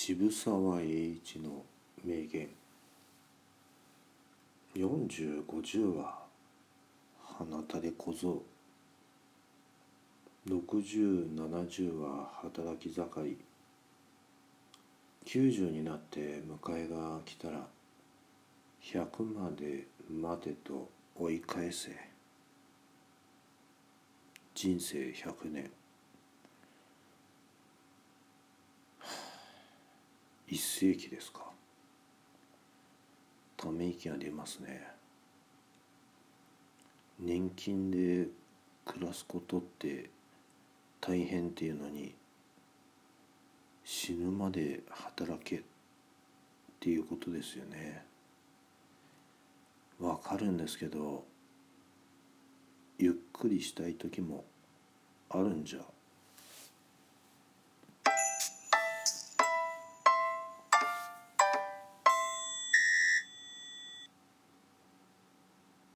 渋沢栄一の名言。40、50は鼻たれ小僧、60、70は働き盛り、90になって迎えが来たら100まで待てと追い返せ。人生100年、1世紀ですか。ため息が出ますね。年金で暮らすことって大変っていうのに、死ぬまで働けっていうことですよね。わかるんですけど、ゆっくりしたい時もあるんじゃ